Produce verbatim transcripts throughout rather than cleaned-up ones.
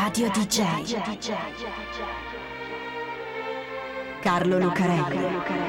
Radio D J Carlo Lucarelli.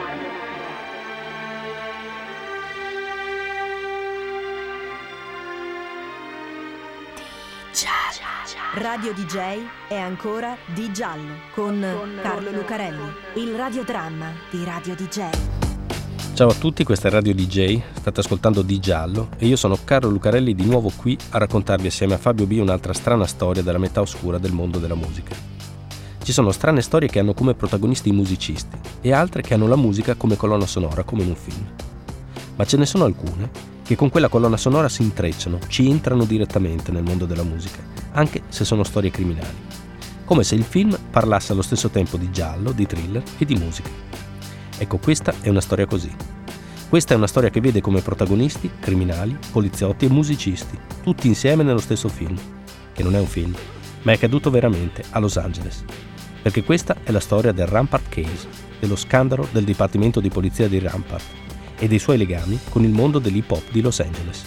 Radio D J è ancora Di Giallo con Carlo Lucarelli, il radiodramma di Radio D J. Ciao a tutti, questa è Radio D J, state ascoltando Di Giallo e io sono Carlo Lucarelli di nuovo qui a raccontarvi assieme a Fabio B un'altra strana storia della metà oscura del mondo della musica. Ci sono strane storie che hanno come protagonisti i musicisti e altre che hanno la musica come colonna sonora, come in un film. Ma ce ne sono alcune che con quella colonna sonora si intrecciano, ci entrano direttamente nel mondo della musica, anche se sono storie criminali. Come se il film parlasse allo stesso tempo di giallo, di thriller e di musica. Ecco, questa è una storia così. Questa è una storia che vede come protagonisti criminali, poliziotti e musicisti, tutti insieme nello stesso film, che non è un film, ma è accaduto veramente a Los Angeles. Perché questa è la storia del Rampart Case, dello scandalo del Dipartimento di Polizia di Rampart e dei suoi legami con il mondo dell'hip hop di Los Angeles.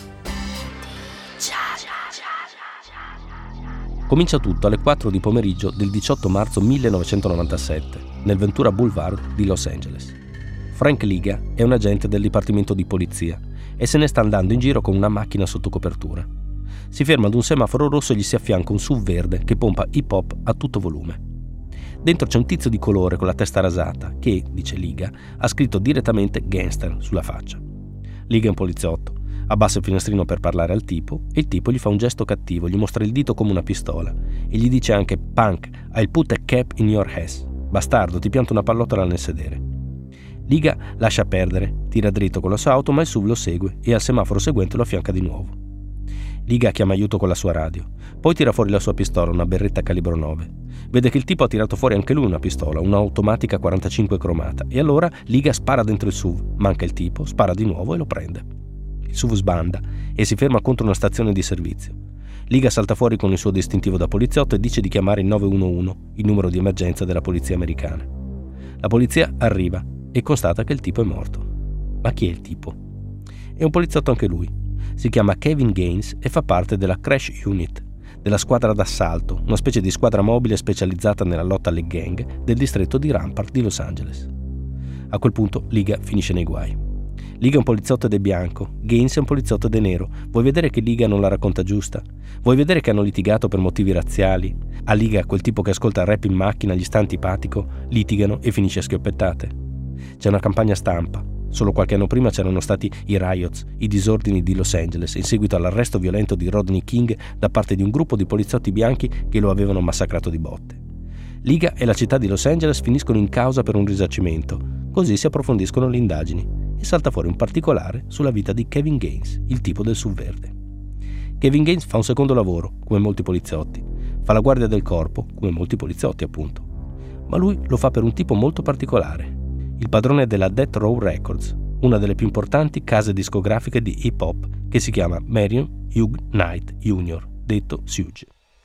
Comincia tutto alle quattro di pomeriggio del diciotto marzo millenovecentonovantasette, nel Ventura Boulevard di Los Angeles. Frank Liga è un agente del Dipartimento di Polizia e se ne sta andando in giro con una macchina sotto copertura. Si ferma ad un semaforo rosso e gli si affianca un S U V verde che pompa hip hop a tutto volume. Dentro c'è un tizio di colore con la testa rasata che, dice Liga, ha scritto direttamente gangster sulla faccia. Liga è un poliziotto, abbassa il finestrino per parlare al tipo e il tipo gli fa un gesto cattivo, gli mostra il dito come una pistola e gli dice anche "Punk, I'll put a cap in your ass. Bastardo, ti pianto una pallottola nel sedere". Liga lascia perdere, tira dritto con la sua auto ma il S U V lo segue e al semaforo seguente lo affianca di nuovo. Liga chiama aiuto con la sua radio, poi tira fuori la sua pistola, una berretta calibro nove. Vede che il tipo ha tirato fuori anche lui una pistola, un'automatica quarantacinque cromata, e allora Liga spara dentro il S U V, manca il tipo, spara di nuovo e lo prende. Il S U V sbanda e si ferma contro una stazione di servizio. Liga salta fuori con il suo distintivo da poliziotto e dice di chiamare il nove uno uno, il numero di emergenza della polizia americana. La polizia arriva e constata che il tipo è morto. Ma chi è il tipo? È un poliziotto anche lui. Si chiama Kevin Gaines e fa parte della Crash Unit, della squadra d'assalto, una specie di squadra mobile specializzata nella lotta alle gang del distretto di Rampart di Los Angeles. A quel punto Liga finisce nei guai. Liga è un poliziotto ed è bianco, Gaines è un poliziotto ed è nero. Vuoi vedere che Liga non la racconta giusta? Vuoi vedere che hanno litigato per motivi razziali? A Liga, quel tipo che ascolta il rap in macchina, gli sta antipatico, litigano e finisce a schioppettate. C'è una campagna stampa. Solo qualche anno prima c'erano stati i riots, i disordini di Los Angeles, in seguito all'arresto violento di Rodney King da parte di un gruppo di poliziotti bianchi che lo avevano massacrato di botte. Liga e la città di Los Angeles finiscono in causa per un risarcimento, così si approfondiscono le indagini e salta fuori un particolare sulla vita di Kevin Gaines, il tipo del S U V verde. Kevin Gaines fa un secondo lavoro, come molti poliziotti, fa la guardia del corpo, come molti poliziotti appunto, ma lui lo fa per un tipo molto particolare. Il padrone della Death Row Records, una delle più importanti case discografiche di hip hop, che si chiama Marion Hugh Knight junior, detto Suge.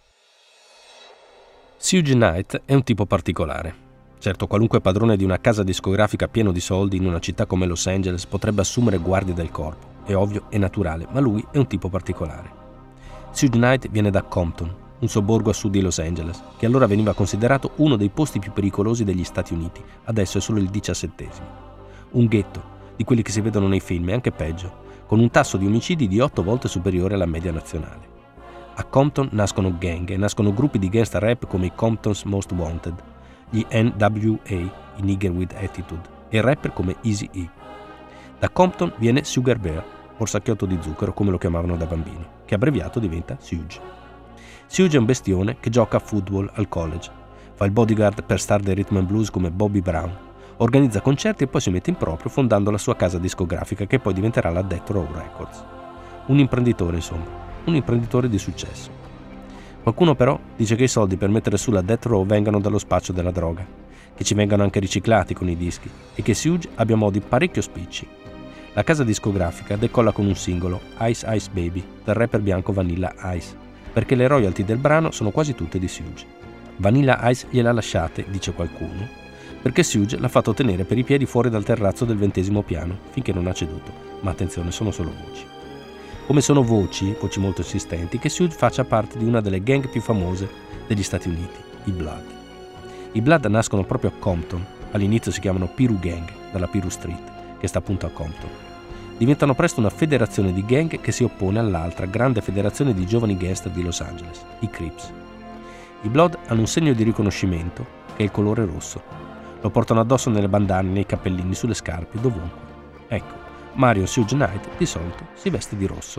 Suge Knight è un tipo particolare. Certo, qualunque padrone di una casa discografica pieno di soldi in una città come Los Angeles potrebbe assumere guardie del corpo. È ovvio, è naturale, ma lui è un tipo particolare. Suge Knight viene da Compton, un sobborgo a sud di Los Angeles, che allora veniva considerato uno dei posti più pericolosi degli Stati Uniti, adesso è solo il diciassettesimo. Un ghetto, di quelli che si vedono nei film, e anche peggio, con un tasso di omicidi di otto volte superiore alla media nazionale. A Compton nascono gang e nascono gruppi di gangsta rap come i Compton's Most Wanted, gli N W A, i Nigger with Attitude, e rapper come Eazy-E. Da Compton viene Sugar Bear, orsacchiotto di zucchero come lo chiamavano da bambino, che abbreviato diventa Suge. Suge è un bestione che gioca a football al college, fa il bodyguard per star del rhythm and blues come Bobby Brown, organizza concerti e poi si mette in proprio fondando la sua casa discografica che poi diventerà la Death Row Records. Un imprenditore insomma, un imprenditore di successo. Qualcuno però dice che i soldi per mettere su la Death Row vengano dallo spaccio della droga, che ci vengano anche riciclati con i dischi e che Suge abbia modi parecchio spicci. La casa discografica decolla con un singolo, Ice Ice Baby, del rapper bianco Vanilla Ice, perché le royalty del brano sono quasi tutte di Suge. Vanilla Ice gliel'ha lasciate, dice qualcuno, perché Suge l'ha fatto tenere per i piedi fuori dal terrazzo del ventesimo piano, finché non ha ceduto. Ma attenzione, sono solo voci. come sono voci, voci molto insistenti, che Suge faccia parte di una delle gang più famose degli Stati Uniti, i Blood. I Blood nascono proprio a Compton, all'inizio si chiamano Piru Gang, dalla Piru Street, che sta appunto a Compton. Diventano presto una federazione di gang che si oppone all'altra grande federazione di giovani gangster di Los Angeles, i Crips. I Blood hanno un segno di riconoscimento, che è il colore rosso. Lo portano addosso nelle bandane, nei cappellini, sulle scarpe, dovunque. Ecco, Marion Suge Knight di solito si veste di rosso.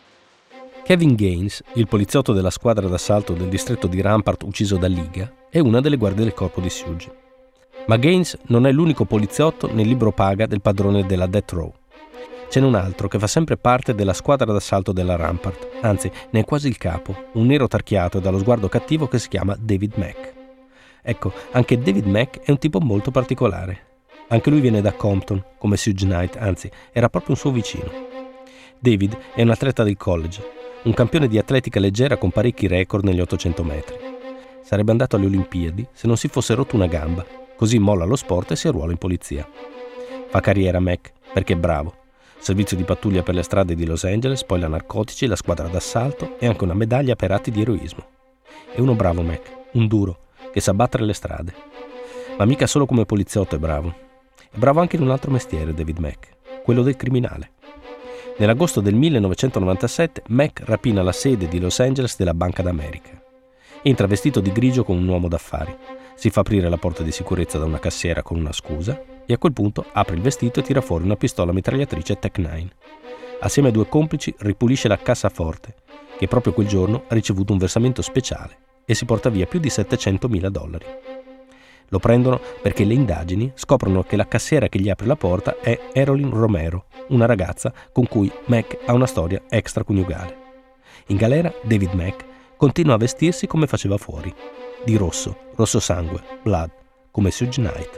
Kevin Gaines, il poliziotto della squadra d'assalto del distretto di Rampart ucciso da Liga, è una delle guardie del corpo di Suge. Ma Gaines non è l'unico poliziotto nel libro paga del padrone della Death Row. Ce n'è un altro che fa sempre parte della squadra d'assalto della Rampart, anzi ne è quasi il capo, un nero tarchiato e dallo sguardo cattivo che si chiama David Mack. Ecco, anche David Mack è un tipo molto particolare. Anche lui viene da Compton, come Suge Knight, anzi era proprio un suo vicino. David è un atleta del college, un campione di atletica leggera con parecchi record negli ottocento metri. Sarebbe andato alle Olimpiadi se non si fosse rotto una gamba, così molla lo sport e si arruola in polizia. Fa carriera Mack perché è bravo. Servizio di pattuglia per le strade di Los Angeles, poi la narcotici, la squadra d'assalto e anche una medaglia per atti di eroismo. È uno bravo Mack, un duro, che sa battere le strade. Ma mica solo come poliziotto è bravo. È bravo anche in un altro mestiere David Mack, quello del criminale. Nell'agosto del millenovecentonovantasette Mack rapina la sede di Los Angeles della Banca d'America. Entra vestito di grigio come un uomo d'affari. Si fa aprire la porta di sicurezza da una cassiera con una scusa e a quel punto apre il vestito e tira fuori una pistola mitragliatrice Tech nove. Assieme ai due complici ripulisce la cassaforte, che proprio quel giorno ha ricevuto un versamento speciale e si porta via più di settecentomila dollari. Lo prendono perché le indagini scoprono che la cassiera che gli apre la porta è Erilyn Romero, una ragazza con cui Mack ha una storia extraconiugale. In galera David Mack continua a vestirsi come faceva fuori, di rosso, rosso sangue, blood, come Suge Knight.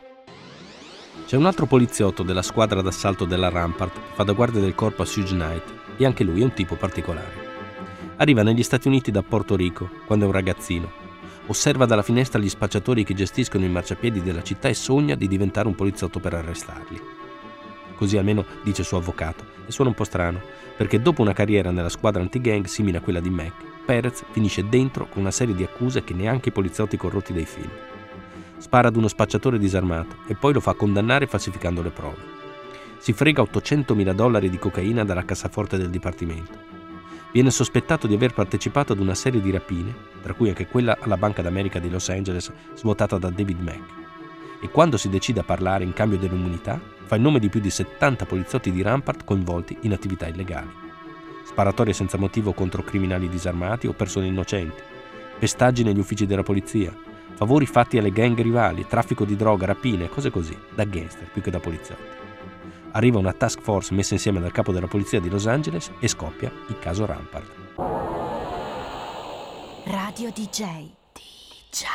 C'è un altro poliziotto della squadra d'assalto della Rampart che fa da guardia del corpo a Suge Knight e anche lui è un tipo particolare. Arriva negli Stati Uniti da Porto Rico quando è un ragazzino. Osserva dalla finestra gli spacciatori che gestiscono i marciapiedi della città e sogna di diventare un poliziotto per arrestarli. Così almeno dice il suo avvocato, e suona un po' strano, perché dopo una carriera nella squadra anti-gang simile a quella di Mack, Perez finisce dentro con una serie di accuse che neanche i poliziotti corrotti dei film. Spara ad uno spacciatore disarmato e poi lo fa condannare falsificando le prove. Si frega ottocentomila dollari di cocaina dalla cassaforte del dipartimento. Viene sospettato di aver partecipato ad una serie di rapine, tra cui anche quella alla Banca d'America di Los Angeles svuotata da David Mack. E quando si decide a parlare in cambio dell'immunità, fa il nome di più di settanta poliziotti di Rampart coinvolti in attività illegali. Sparatorie senza motivo contro criminali disarmati o persone innocenti, pestaggi negli uffici della polizia, favori fatti alle gang rivali, traffico di droga, rapine, cose così, da gangster più che da poliziotti. Arriva una task force messa insieme dal capo della polizia di Los Angeles e scoppia il caso Rampart. Radio D J. D J.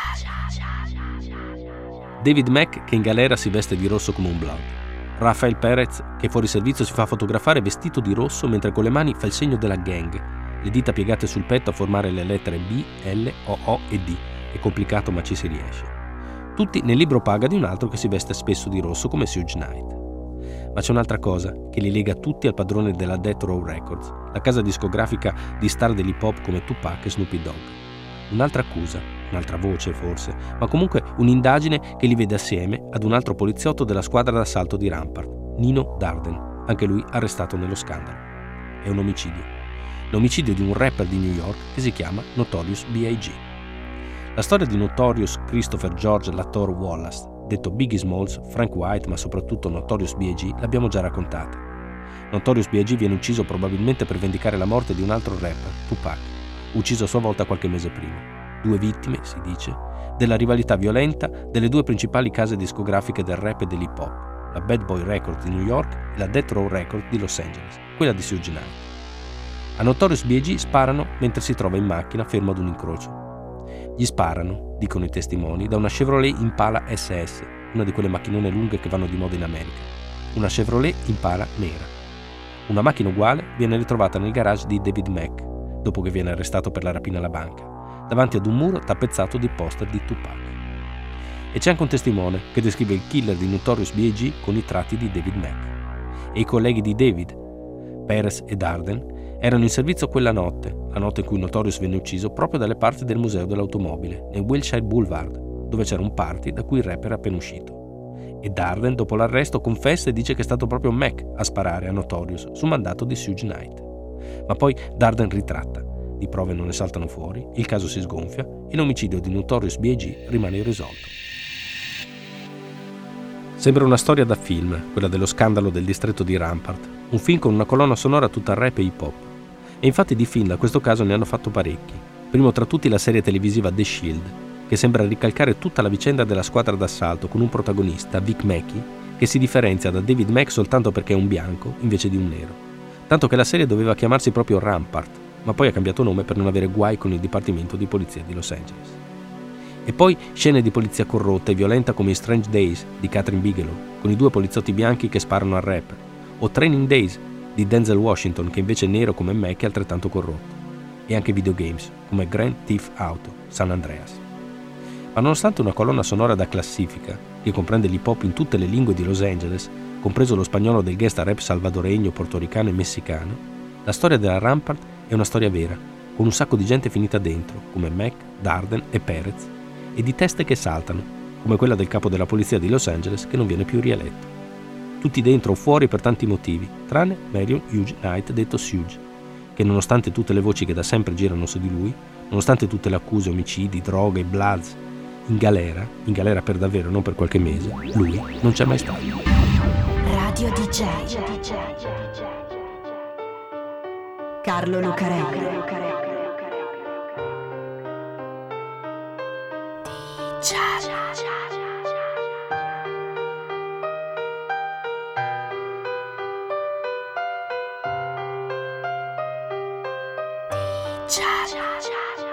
David Mack che in galera si veste di rosso come un blood. Rafael Perez che fuori servizio si fa fotografare vestito di rosso mentre con le mani fa il segno della gang, le dita piegate sul petto a formare le lettere B, L, O, O e D. È complicato ma ci si riesce. Tutti nel libro paga di un altro che si veste spesso di rosso come Suge Knight. Ma c'è un'altra cosa che li lega tutti al padrone della Death Row Records, la casa discografica di star dell'hip hop come Tupac e Snoop Dogg. Un'altra accusa, un'altra voce forse, ma comunque un'indagine che li vede assieme ad un altro poliziotto della squadra d'assalto di Rampart, Nino Darden, anche lui arrestato nello scandalo. È un omicidio. L'omicidio di un rapper di New York che si chiama Notorious B I G La storia di Notorious Christopher George Lator Wallace, detto Biggie Smalls, Frank White, ma soprattutto Notorious B I G l'abbiamo già raccontata. Notorious B I G viene ucciso probabilmente per vendicare la morte di un altro rapper, Tupac, ucciso a sua volta qualche mese prima. Due vittime, si dice, della rivalità violenta delle due principali case discografiche del rap e dell'hip hop, la Bad Boy Records di New York e la Death Row Records di Los Angeles, quella di Suge Knight. A Notorious B I G sparano mentre si trova in macchina fermo ad un incrocio. Gli sparano, dicono i testimoni, da una Chevrolet Impala S S, una di quelle macchinone lunghe che vanno di moda in America. Una Chevrolet Impala nera. Una macchina uguale viene ritrovata nel garage di David Mack, dopo che viene arrestato per la rapina alla banca, davanti ad un muro tappezzato di poster di Tupac. E c'è anche un testimone che descrive il killer di Notorious B I G con i tratti di David Mack. E i colleghi di David, Perez e Darden, erano in servizio quella notte, la notte in cui Notorious venne ucciso, proprio dalle parti del museo dell'automobile, nel Wilshire Boulevard, dove c'era un party da cui il rapper era appena uscito. E Darden, dopo l'arresto, confessa e dice che è stato proprio Mac a sparare a Notorious su mandato di Suge Knight. Ma poi Darden ritratta, di prove non ne saltano fuori, il caso si sgonfia e l'omicidio di Notorious B I G rimane irrisolto. Sembra una storia da film, quella dello scandalo del distretto di Rampart, un film con una colonna sonora tutta rap e hip hop. E infatti di film da questo caso ne hanno fatto parecchi. Primo tra tutti la serie televisiva The Shield, che sembra ricalcare tutta la vicenda della squadra d'assalto con un protagonista, Vic Mackey, che si differenzia da David Mack soltanto perché è un bianco invece di un nero. Tanto che la serie doveva chiamarsi proprio Rampart, ma poi ha cambiato nome per non avere guai con il Dipartimento di Polizia di Los Angeles. E poi scene di polizia corrotta e violenta come in Strange Days di Catherine Bigelow, con i due poliziotti bianchi che sparano al rapper, o Training Days di Denzel Washington, che invece è nero come Mac e altrettanto corrotto, e anche videogames come Grand Theft Auto, San Andreas. Ma nonostante una colonna sonora da classifica, che comprende l'hip hop in tutte le lingue di Los Angeles, compreso lo spagnolo del gangsta rap salvadoregno, portoricano e messicano, la storia della Rampart è una storia vera, con un sacco di gente finita dentro, come Mac, Darden e Perez, e di teste che saltano, come quella del capo della polizia di Los Angeles che non viene più rieletto. Tutti dentro o fuori per tanti motivi, tranne Marion Huge Knight, detto Suge, che nonostante tutte le voci che da sempre girano su di lui, nonostante tutte le accuse, omicidi, droghe, bloods, in galera, in galera per davvero, non per qualche mese, lui non c'è mai stato. Radio D J Carlo Lucarelli. Cha cha cha.